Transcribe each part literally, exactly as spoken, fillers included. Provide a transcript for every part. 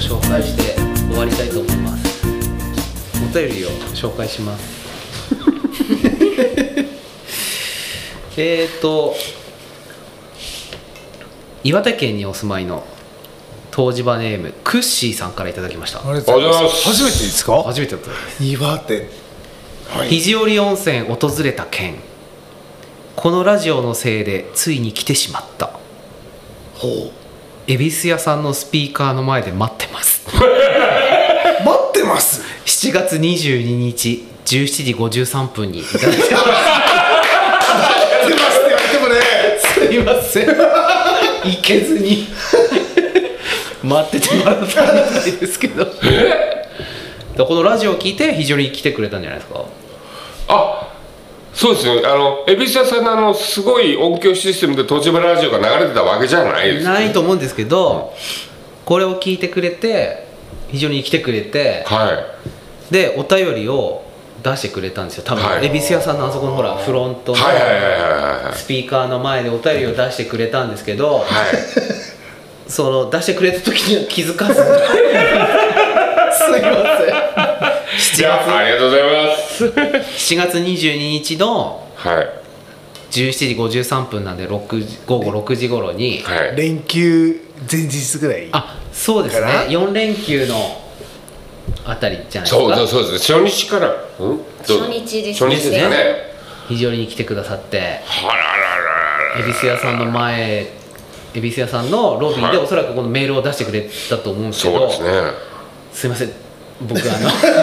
紹介して終わりたいと思います。お便りを紹介しますえーと岩手県にお住まいの湯治場ネームクッシーさんからいただきました。 ありがとうございます。初めてですか？ 初めてだったです。 岩手、はい、 肘折温泉訪れた件、このラジオのせいでついに来てしまった。 ほう、 恵比寿屋さんのスピーカーの前で待ってます待ってます。 しちがつにじゅうににちじゅうしちじごじゅうさんぷんにいただいてます待ってますって言われてもね、 すいません行けずに待っててもらったみたいですけどこのラジオを聞いて非常に来てくれたんじゃないですか？ あ、そうですね。あの恵比寿屋さんのあのすごい音響システムで東芝ラジオが流れてたわけじゃないです、ね、 ないと思うんですけど、これを聞いてくれて非常に来てくれて、 はい、 でお便りを出してくれたんですよ多分、はい、恵比寿屋さんのあそこのほらフロントのスピーカーの前でお便りを出してくれたんですけど、はい、その出してくれた時には気づかずすいませんしちがつありがとうございますしちがつにじゅうににちのじゅうしちじごじゅうさんぷんなんでろくじごごろくじ頃に、 はい、連休前日ぐらい、 あ、そうですね、よんれんきゅうのあたりじゃないですか。 そうそうそうです、初日から、うん、 初日ですね。 初日ですね。 非常に来てくださって、 あららららら、 恵比寿屋さんの前、恵比寿屋さんのロビーで、はい、おそらくこのメールを出してくれたと思うんですけど、 そうですね、 すいません、僕あ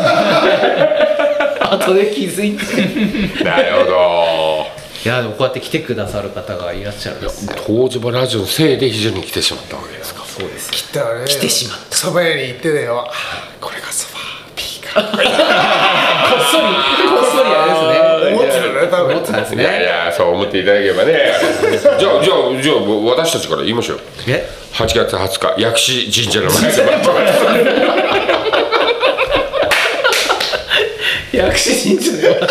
の後で気づいてなるほど。 いやでもこうやって来てくださる方がいらっしゃるんです。 東芝ラジオのせいで非常に来てしまったわけですか？ そうです。 来たね。 来てしまった。 そば屋に行ってたよ。これがそばピーカー。こっそりこっそりあれですね。 持つのね、多分。 持つんですね。 いやいや、そう思っていただければね。じゃあじゃあじゃあ私たちから言いましょう。 え？ はちがつはつか薬師神社の前で待ってます。 薬師神社で待ってます。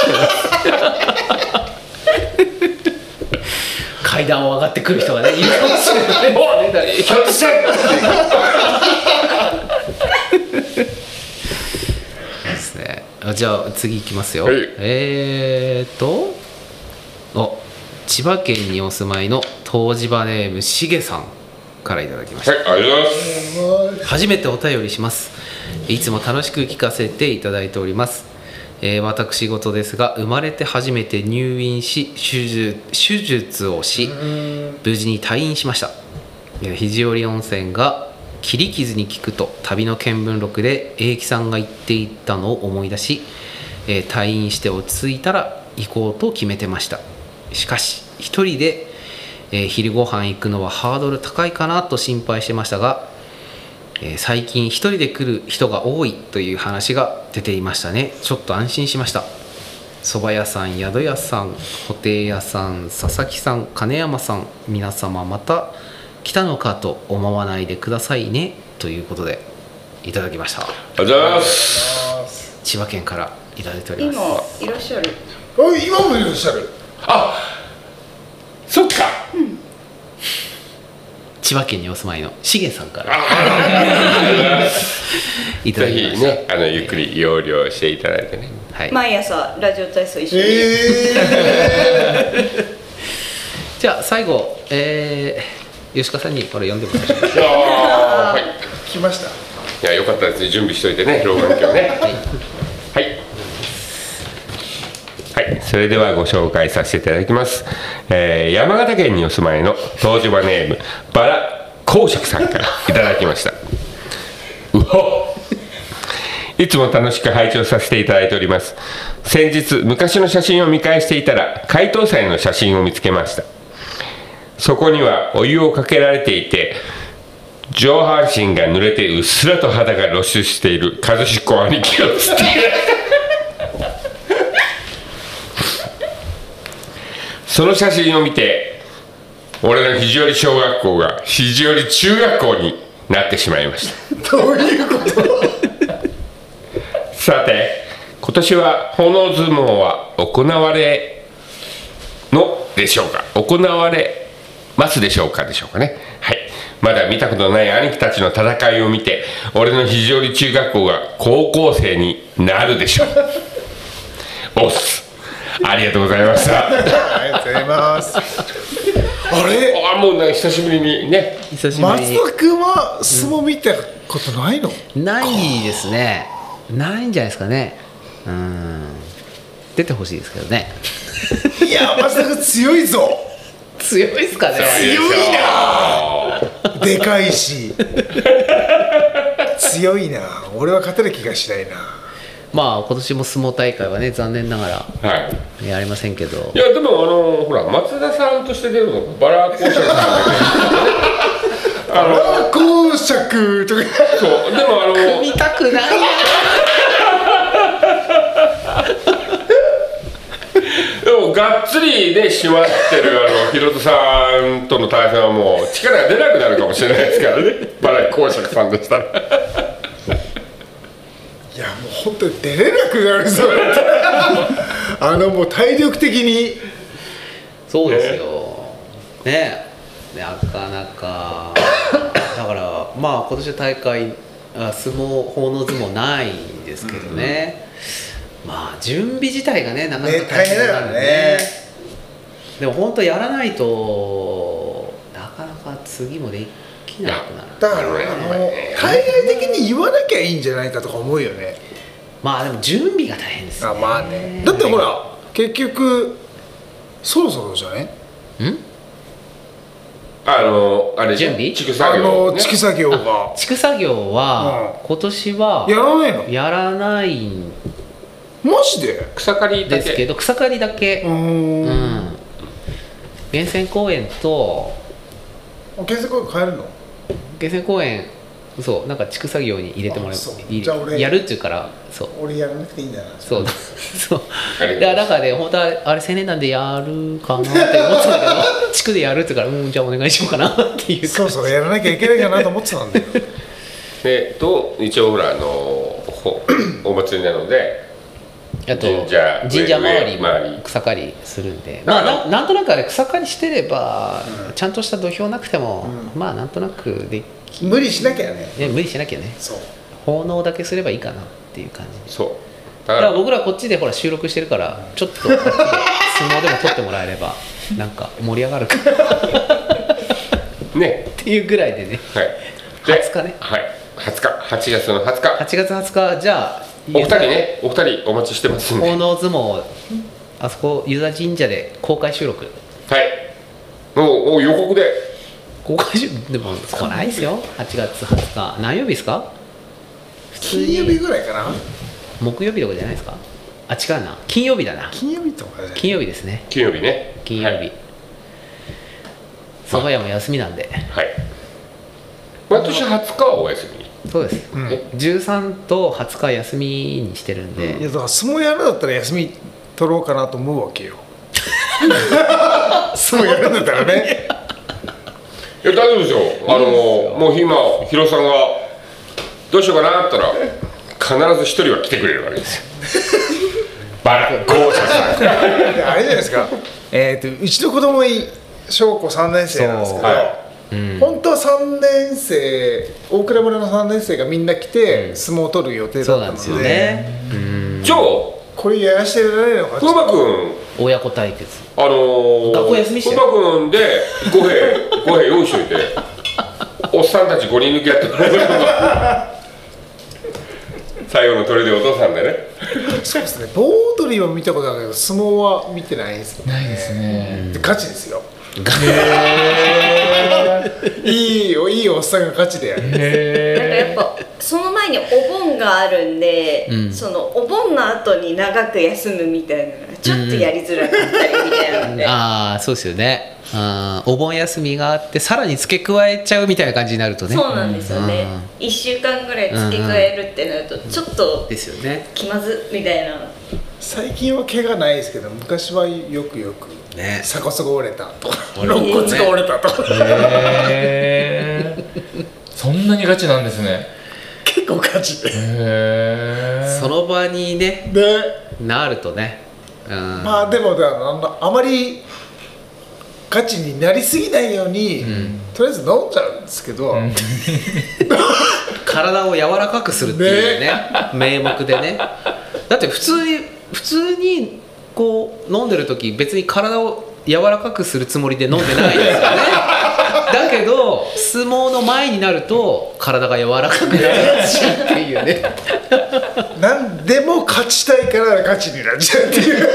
階段を上がってくる人がねいるかもしれない。ひょっとしてですね。じゃあ次いきますよ。はい、えーっとお千葉県にお住まいの湯治場ネームしげさんからいただきました。 はい、ありがとうございます。 初めてお便りします。いつも楽しく聞かせていただいております。えー、私事ですが、生まれて初めて入院し手術、手術をし無事に退院しました。肘折温泉が切り傷に効くと旅の見聞録で栄喜さんが言っていたのを思い出し、えー、退院して落ち着いたら行こうと決めてました。しかし一人で、えー、昼ご飯行くのはハードル高いかなと心配してましたが、えー、最近一人で来る人が多いという話が出ていましたね。ちょっと安心しました。蕎麦屋さん、宿屋さん、布袋屋さん、佐々木さん、金山さん、皆様また来たのかと思わないでくださいねということでいただきました。 ありがとうございます。 千葉県からいただいております。 今いらっしゃる。 あ、今もいらっしゃる。 あ、そっか、うん、 千葉県にお住まいのしげさんからいただきました。 ぜひね、あのゆっくり要領していただいてね、 はい、毎朝ラジオ体操一緒に、 えー、 じゃあ最後、えー、吉川さんにこれ読んでもらいましょう。 はい、 来ました。 いや、よかったです。準備しといてね、老眼鏡ね。はい、はいはい、それではご紹介させていただきます。えー、山形県にお住まいの湯治場ネームバラ公爵さんからいただきました。うほいつも楽しく拝聴させていただいております。先日昔の写真を見返していたら開湯祭の写真を見つけました。そこにはお湯をかけられていて上半身が濡れてうっすらと肌が露出している和彦兄貴をつっているその写真を見て俺の肘折小学校が肘折中学校になってしまいました。 どういうことさて今年は炎相撲は行われのでしょうか、行われますでしょうかでしょうかね。はい、 まだ見たことない兄貴たちの戦いを見て俺の肘折中学校が高校生になるでしょうおっす、ありがとうございましたありがとうございますあれあもうなんか久しぶりにね。 久しぶり松に田君は相撲見たことないの、 ないですね。ないんじゃないですかね。うん、出てほしいですけどね。 いや松田君強いぞ強いですかね。 強いなでかいし強いな。俺は勝てる気がしないな。 まあ今年も相撲大会はね残念ながらはいやりませんけど、 いやでもあのほら松田さんとして出るのがバラ講釈さんだけどあの公爵とかそうでもあの見たくないな。 でもがっつりで締まってるあのヒロトさんとの対戦はもう力が出なくなるかもしれないですからねバラ講釈さんでしたらいやもう本当に出れなくなるぞあのもう体力的にそうですよね。なかなかだからまあ今年は大会あ相撲奉納相撲ないんですけどね、うん、まあ準備自体がねなかなか大変なんで ね, ねでも本当やらないとなかなか次もできなくなる。 だからね、あの海外的に言わなきゃいいんじゃないかとか思うよね。 まあでも準備が大変ですね。 あまあね。だってほら結局そろそろじゃない？ん？ あのあれ準備？ 畜作あ業、 の畜作業が畜作業は今年はやらないの？ やらないんマジで？ 草刈りだけですけど草刈りだけ。 うーん。 うん。源泉公園と検索変えるの？ 源泉公園そうなんか畜作業に入れてもらうあそういじゃあ俺やるっていうからそう俺やらなくていいんだな。 そうそうありがとうございますだからだからね本当はあれ青年団でやるかなって思ってたんだけど地区でやるって言うからうんじゃあお願いしようかなっていうそうそうやらなきゃいけないかなと思ってたんだよ。 でと一応ほらあのほお祭りなのであと神社神社周りも周り草刈りするんで、まあななんとなくあれ草刈りしてれば、うん、ちゃんとした土俵なくても、うん、まあなんとなくでき無理しなきゃね。 ね無理しなきゃね。 そう奉納だけすればいいかなっていう感じ。 そうだから僕らこっちでほら収録してるからちょっとこっちで相撲でも取ってもらえればなんか盛り上がるかねっていうぐらいでね。 はいではつかねはいはつかはちがつのはつかはちがつはつかじゃあお二人ねお二人お待ちしてますんで奉納相撲あそこ湯田神社で公開収録はいもうもう予告で公開収録でも来ないですよはちがつはつか何曜日ですか普通に金曜日ぐらいかな。 木曜日とかじゃないですかあ違うな金曜日だな金曜日とかね。 金曜日ですね金曜日ね金曜日、 はい蕎麦屋も休みなんではい毎年はつかはお休みそうです、 うん、 じゅうさんとはつか休みにしてるんで、 いやだから相撲やるんだったら休み取ろうかなと思うわけよ相撲やるんだったらねいや大丈夫ですよあのもう今ヒロさんがどうしようかなって言ったら必ず一人は来てくれるわけですよバラゴーシャさんあれじゃないですかえーとうちの子供小学校さんねん生なんですけど、 はいうん、 本当はさんねん生大倉村のさんねん生がみんな来て相撲を取る予定だったので、 そうなんですよね、うん、 じゃあこれやらせてられるのか風磨君親子対決あのー、 学校休みして風磨君でご兵ご兵用意しといておっさんたちごにん抜きやってくれる最後の砦でお父さんでねそうですね盆踊りは見たことあるけど相撲は見てないですね。 ないですね。 でガチですよいいよいいおっさんがガチでやる。 なんかやっぱその前にお盆があるんで、うん、そのお盆の後に長く休むみたいなのがちょっとやりづらかったりみたいなので、 うん、ああそうですよね。あお盆休みがあってさらに付け加えちゃうみたいな感じになるとね。 そうなんですよね、うん、いっしゅうかんぐらい付け加えるってなるとちょっとですよね気まずみたいな。 最近は怪我ないですけど昔はよくよくね鎖骨が折れたとか肋骨が折れたとか、 へーそんなにガチなんですね。 結構ガチでへその場にねでなるとね、うん、 まあでもだなんだあまりガチになりすぎないように、うん、とりあえず飲んじゃうんですけど、うん、 体を柔らかくするっていうね名目でね。だって普通に普通にこう飲んでる時別に体を柔らかくするつもりで飲んでないですよねだけど相撲の前になると体が柔らかくなっちゃうっていうね何でも勝ちたいからガチになっちゃうっていう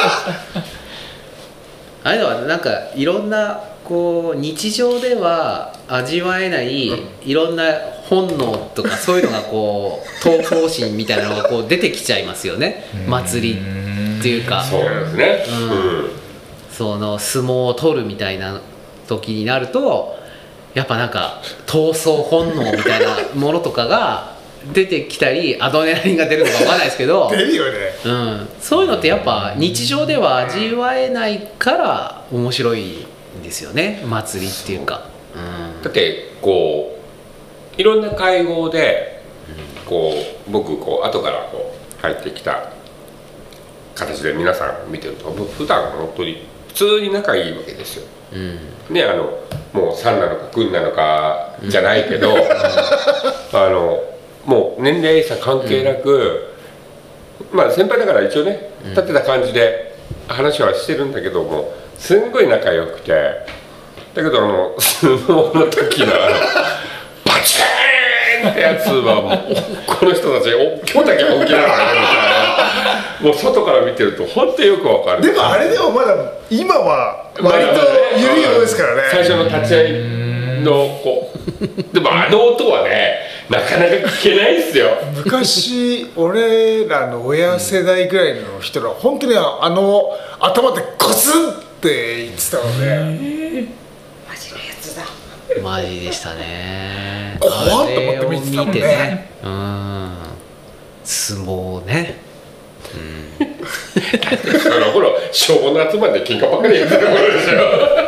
ああいうのはなんかいろんなこう日常では味わえない、うん、いろんな本能とかそういうのがこう闘争心みたいなのがこう出てきちゃいますよね祭りっていうか。 そうですね、 うんうん、その相撲を取るみたいな時になるとやっぱなんか闘争本能みたいなものとかが出てきたりアドレナリンが出るのかわかんないですけど出るよね、 うん、そういうのってやっぱ日常では味わえないから面白いんですよね祭りっていうか、うん、 だってこういろんな会合でこう僕こう後からこう入ってきた形で皆さん見てると普段本当に普通に仲いいわけですよ、うん、ねあのもうさんなのかくんなのかじゃないけど、うん、あのもう年齢差関係なく、うん、まあ先輩だから一応ね立てた感じで話はしてるんだけどもすんごい仲良くてだけどあの相撲の時のあのバチーンってやつはもうこの人たちお今日だけ本気なのねみたいなもう外から見てると本当によくわかる。 でもあれでもまだ今は割と緩いようですからね。 最初の立ち会いのこうでもあの音はねなかなか聞けないですよ昔俺らの親世代ぐらいの人ら本当にあの頭でコスンって言ってたのでマジのやつだマジでしたね怖っと思って見てたもんね、 ね、うん相撲ねうんその頃昭和の集まりで喧嘩ばっかりやってた頃でしょ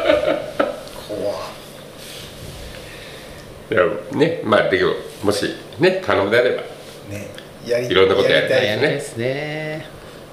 いやねまあだけどもしね頼むであればねやりいろんなことやりたいですね。 ね、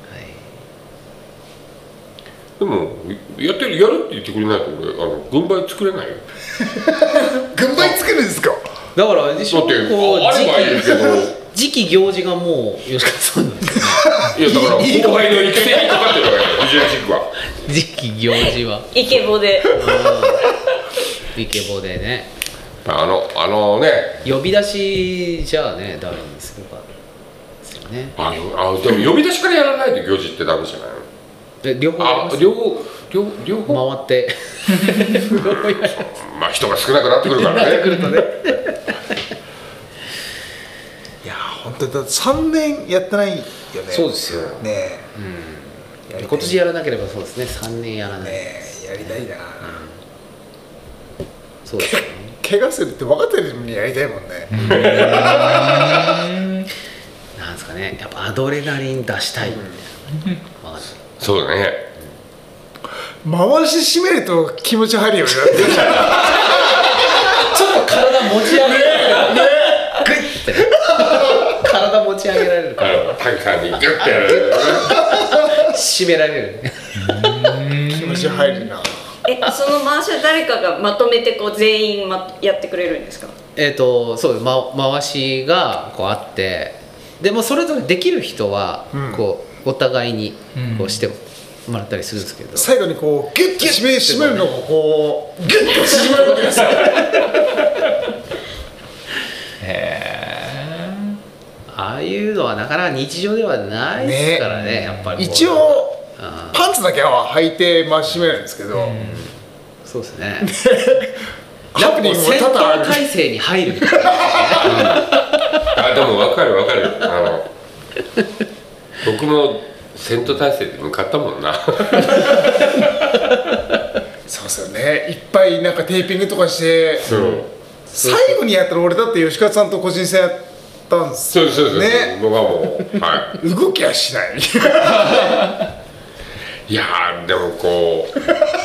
はい、でもやってるやるって言ってくれないと俺あの軍配作れないよ軍配作るんですか。 だからだってこうあればいいけど次期行事がもう吉川さんなんですねいやだから後輩の育成にかかってるわけよ藤原塾は次期行事はイケボでイケボでねあのあのね呼び出しじゃあね誰にするかですよね。 ああでも呼び出しからやらないと行事ってダメじゃないの。 で両方あ両方両両方回ってまあ人が少なくなってくるからねなってくるとねいや本当だってさんねんやってないよね。 そうですよねえ、うん、今年やらなければそうですねさんねんやらないねやりたいな、うん、 そうですね怪我するって分かってるのにやりたいもんねなんですかねやっぱアドレナリン出したいみたいな、うん、 そうだね、 うん、回し締めると気持ち入るよねちょっと体持ち上げられるねグッてね体持ち上げられるからタンカーにグッてやられる締められるね気持ち入るな。 えその回しは誰かがまとめてこう全員、ま、やってくれるんですか。 えっ、ー、とそうです、ま、回しがこうあってでもそれぞれできる人はこう、うん、お互いにこうしてもらったりするんですけど、うん、 最後にこうギュッと締め締めるのをこうギュッと締めるわけですよへーああいうのはなかなか日常ではないですからね、ねやっぱり一応パンツだけは履いて回し締めるんですけど、うん、 そうですねハプニングも戦闘態勢に入るみたいな、ねうん、あでも分かる分かるあの僕も戦闘態勢で向かったもんなそうですよねいっぱいなんかテーピングとかして、 うん、 最後にやったら俺だって吉川さんと個人戦やったんですよね。 そうですそうです僕はもう、はい、 動きはしないいやーでもこう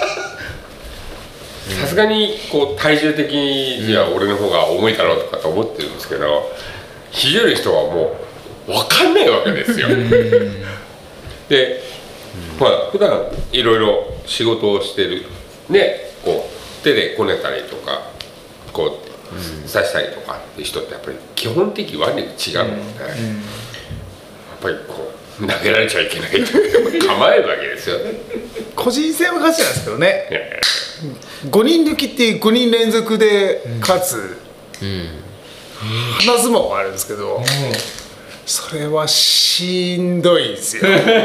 さすがにこう体重的には俺の方が重いだろうとかと思ってるんですけど肘より人はもう分かんないわけですよで、まあ普段いろいろ仕事をしてるねこう手でこねたりとかこう刺したりとかっていう人ってやっぱり基本的に腕力違うので、やっぱりこう投げられちゃいけないという構えるわけですよ。 個人戦は勝ちなんですけどね、 いやいやごにん抜きっていうごにん連続で勝つ花相撲があるんですけど、それはしんどいですよ。 そうです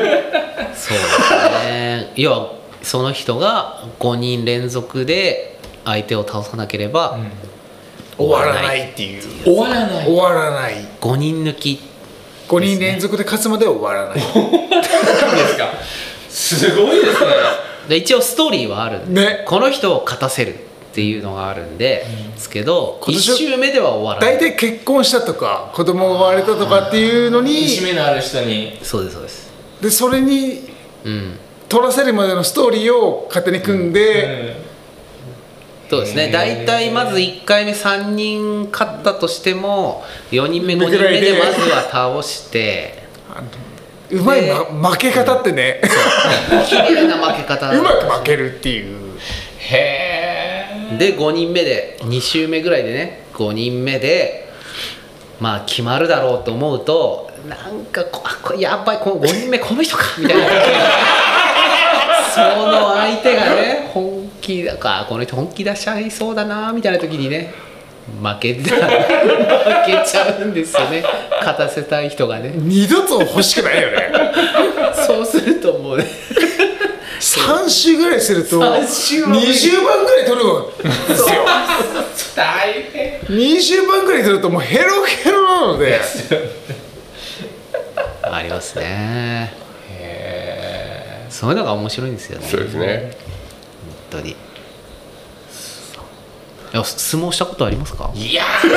ね。要はその人がごにん連続で相手を倒さなければ終わらないっていう。 終わらない。 終わらない。 ごにん抜きごにん連続で勝つまで終わらない。 ですか。すごいですね。 で一応ストーリーはあるんで、 ねこの人を勝たせるっていうのがあるんで、ですけど今年いち周目では終わらない。 大体結婚したとか子供が生まれたとかっていうのに、 節目のある人に。 そうですそうです。 でそれにうん取らせるまでのストーリーを勝手に組んで、 そうですね。大体まずいっかいめさんにん勝ったとしてもよにんめごにんめでまずは倒してうまい、ま、負け方ってね、 綺麗な負け方うまく負けるっていう。 へえ。 でごにんめでに周目ぐらいでねごにんめでまあ決まるだろうと思うとなんかこあこれやばいこのごにんめこの人かみたいなその相手がね本気だかこの人本気出しちゃいそうだなみたいな時にね負けちゃう負けちゃうんですよね。勝たせたい人がね。 二度と欲しくないよね。 そうするともうねさん週ぐらいするとさん週は無理にじゅうばんぐらい取るんですよ。 大変。 にじゅうばんぐらい取るともうヘロヘロなのでありますね。 へそういうのが面白いんですよね。 そうですね。 本当に。いや相撲したことありますか？ え。いやー。子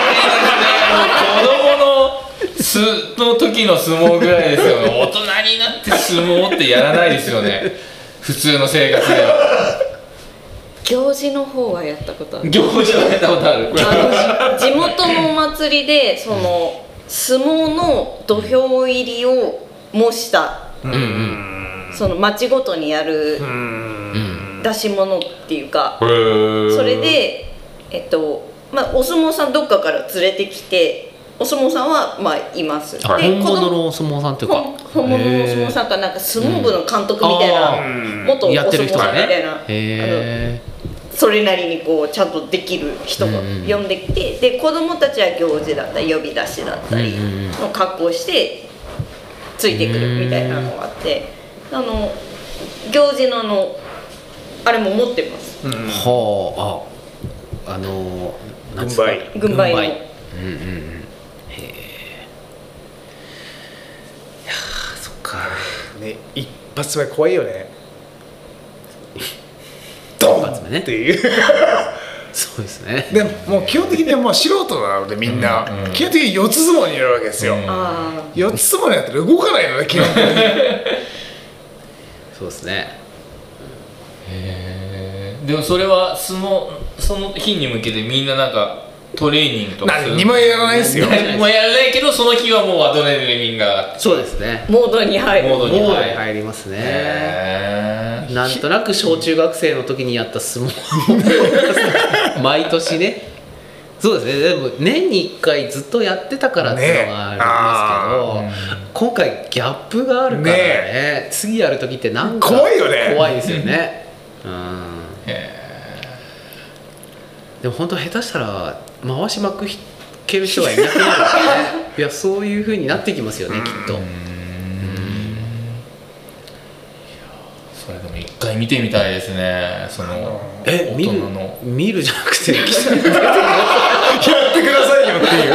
供のすの時の相撲ぐらいですよね。大人になって相撲ってやらないですよね。普通の生活では。 行事の方はやったことある。 行事はやったことある。 あの地元のお祭りでその相撲の土俵入りを模したうんうんその町ごとにやるうん出し物っていうか、 へーそれでえっとまあお相撲さんどっかから連れてきてお相撲さんはまあいます。 あで本物子供のお相撲さんっていうか本本物のお相撲さんかなんか相撲部の監督みたいな、 うん元おやって相撲さる人がねんみたいな、あのへそれなりにこうちゃんとできる人がうんうん呼んできて、で子供たちは行事だったり呼び出しだったりうんうんうんの格好をしてついてくるみたいなのがあって、あの行事のあのあれも持ってます。 えはあああのーなんつうか軍配軍配のうんうんうんへえいやーそっかね、一発目怖いよね。ドン一発目ねっていう。 そうですねでももう基本的にはまあ素人なのでみんな、 うんうん基本的に四つ相撲にいるわけですよ。 うんあ四つ相撲にやったら動かないのね基本的に。 そうですねへー。でもそれは相撲その日に向けてみんななんかトレーニングとかする。 何にもやらないですよ。 何もやらないけどその日はもうアドレナリンが上がって。 そうですねーモードに入る。 モードにもう入る入りますねへー。 なんとなく小中学生の時にやった相撲を毎年ねそうですねでも年にいっかいずっとやってたからっていうのがありますけど、 ね今回ギャップがあるからねね次やる時ってなんか怖いよね怖いですよねうんへでも本当下手したら回しまくける人がいなくなるんですねいやそういう風になってきますよねきっとー。それでも一回見てみたいですね。その大え見る人の。 見るじゃなくてやってくださいよっていう。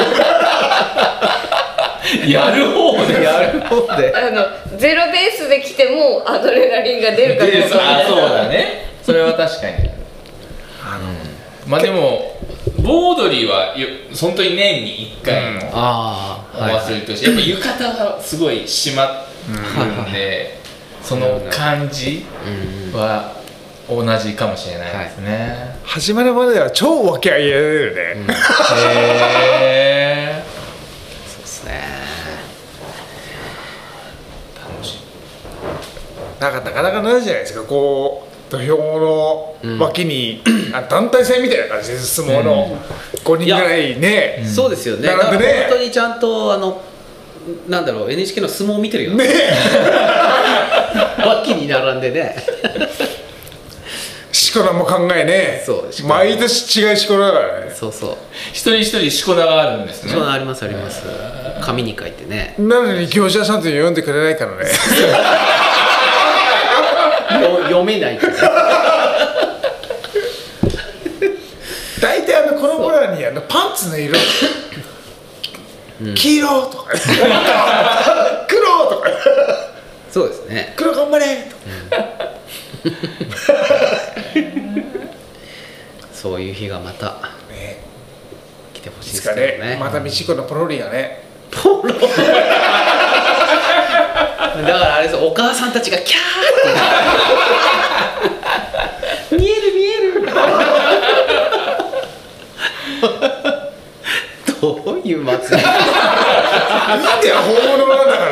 やる方でやる方であのゼロベースで来てもアドレナリンが出るかどうかみでたいな。 あそうだね。それは確かに。うんまあでも盆踊りはよ本当に年にいっかいのああお祭りとして、やっぱ浴衣がすごい締まるんで、その感じうんは同じかもしれないですね。 始まるまでは超分け合いやれるね。 へそうですねなんかなかなかないじゃないですか。こう土俵の脇に、うん、あ団体戦みたいな感じです相撲のごにんぐらいね、 うん、そうですよね。だから本当にちゃんとあのなんだろう エヌエイチケー の相撲を見てるよね脇に並んでねしこ名も考えね、 そう毎年違うしこ名だからね。 そうそう、 一人一人しこ名があるんですね。 そうありますあります。紙に書いてね。 なのに業者さんと読んでくれないからね読めないってね大体あのこの頃にあのパンツの色黄色とか黒とかそうですね、 黒頑張れとか、 うん、そういう日がまた、ね、来てほしいですけどね。 ね、またミチコのポロリがね、 ポロだからあれです、お母さんたちがキャーって見える見えるどういう祭りいいんだよ、本物なんだから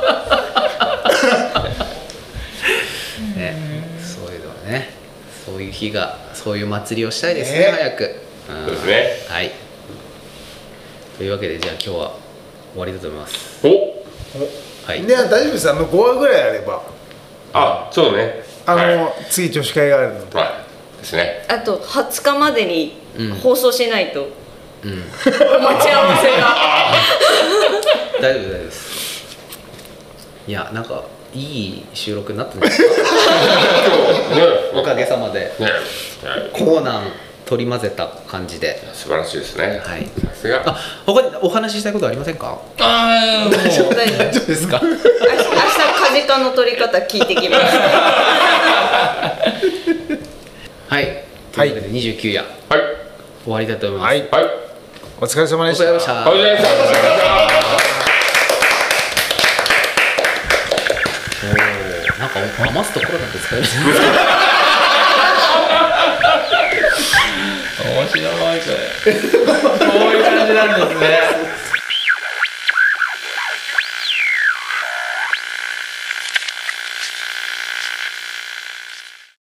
ね、そういうのはね、そういう日が、そういう祭りをしたいですね、ね早く、うん、 そうですね。 はい、というわけでじゃあ今日は終わりだと思います。 おはい、 いや大丈夫です。あのごわぐらいあれば、 あ、そうね、 あの、 はい、 次女子会があるので、 はいですね。 あとはつかまでに放送しないと、 うん、 待ち合わせが大丈夫大丈夫です。いや、なんかいい収録になってますかおかげさまで、 ね、 コーナー取り混ぜた感じで素晴らしいですね。 はい、 さすが。 あ、他にお話ししたいことありませんか？ ああ、もう大丈夫ですか？ 明日カジカの取り方聞いてきますはい、というわけでにじゅうきゅう夜、 はい、 終わりだと思います。 はい、 はい、 お疲れ様でした。 お疲れ様でした。 お疲れ様でした。 なんか余すところだって使える。 面白いこれ。こういう感じなんですね。